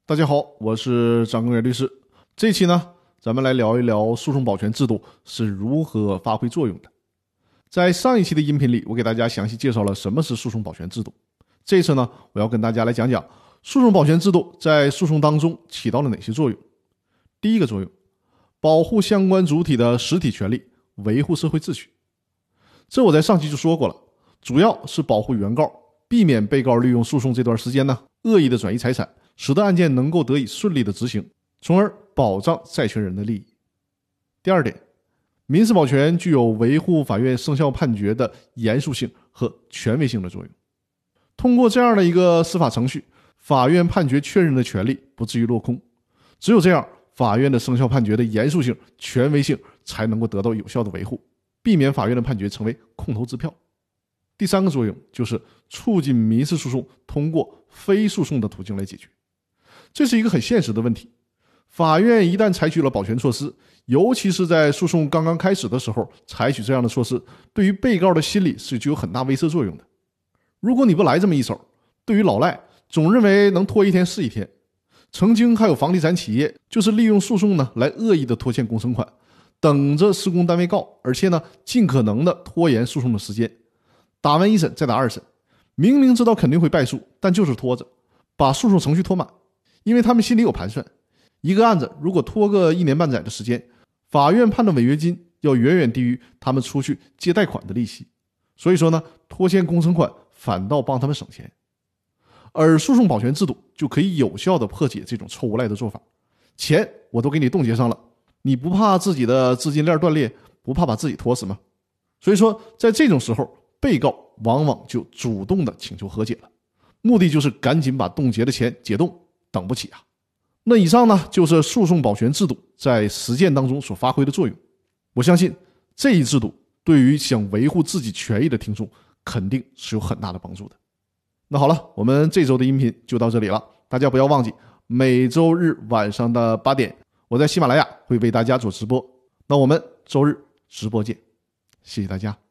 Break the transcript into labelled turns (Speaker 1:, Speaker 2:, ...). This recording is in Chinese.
Speaker 1: 大家好，我是张根源律师。这期呢，咱们来聊一聊诉讼保全制度是如何发挥作用的。在上一期的音频里，我给大家详细介绍了什么是诉讼保全制度。这次呢，我要跟大家来讲讲诉讼保全制度在诉讼当中起到了哪些作用。第一个作用，保护相关主体的实体权利，维护社会秩序。这我在上期就说过了，主要是保护原告，避免被告利用诉讼这段时间呢，恶意的转移财产，使得案件能够得以顺利的执行，从而保障债权人的利益。第二点，民事保全具有维护法院生效判决的严肃性和权威性的作用。通过这样的一个司法程序，法院判决确认的权利不至于落空，只有这样，法院的生效判决的严肃性、权威性才能够得到有效的维护，避免法院的判决成为空头支票。第三个作用就是促进民事诉讼通过非诉讼的途径来解决。这是一个很现实的问题，法院一旦采取了保全措施，尤其是在诉讼刚刚开始的时候采取这样的措施，对于被告的心理是具有很大威慑作用的。如果你不来这么一手，对于老赖总认为能拖一天是一天。曾经还有房地产企业就是利用诉讼呢来恶意的拖欠工程款，等着施工单位告，而且呢尽可能的拖延诉讼的时间，打完一审再打二审，明明知道肯定会败诉，但就是拖着，把诉讼程序拖满。因为他们心里有盘算，一个案子如果拖个1年半载的时间，法院判的违约金要远远低于他们出去借贷款的利息，所以说呢，拖欠工程款反倒帮他们省钱。而诉讼保全制度就可以有效的破解这种臭无赖的做法，钱我都给你冻结上了，你不怕自己的资金链断裂，不怕把自己拖死吗？所以说在这种时候，被告往往就主动的请求和解了，目的就是赶紧把冻结的钱解冻，等不起啊。那以上呢，就是诉讼保全制度在实践当中所发挥的作用。我相信这一制度对于想维护自己权益的听众肯定是有很大的帮助的。那好了，我们这周的音频就到这里了，大家不要忘记每周日晚上的8点，我在喜马拉雅会为大家做直播。那我们周日直播见，谢谢大家。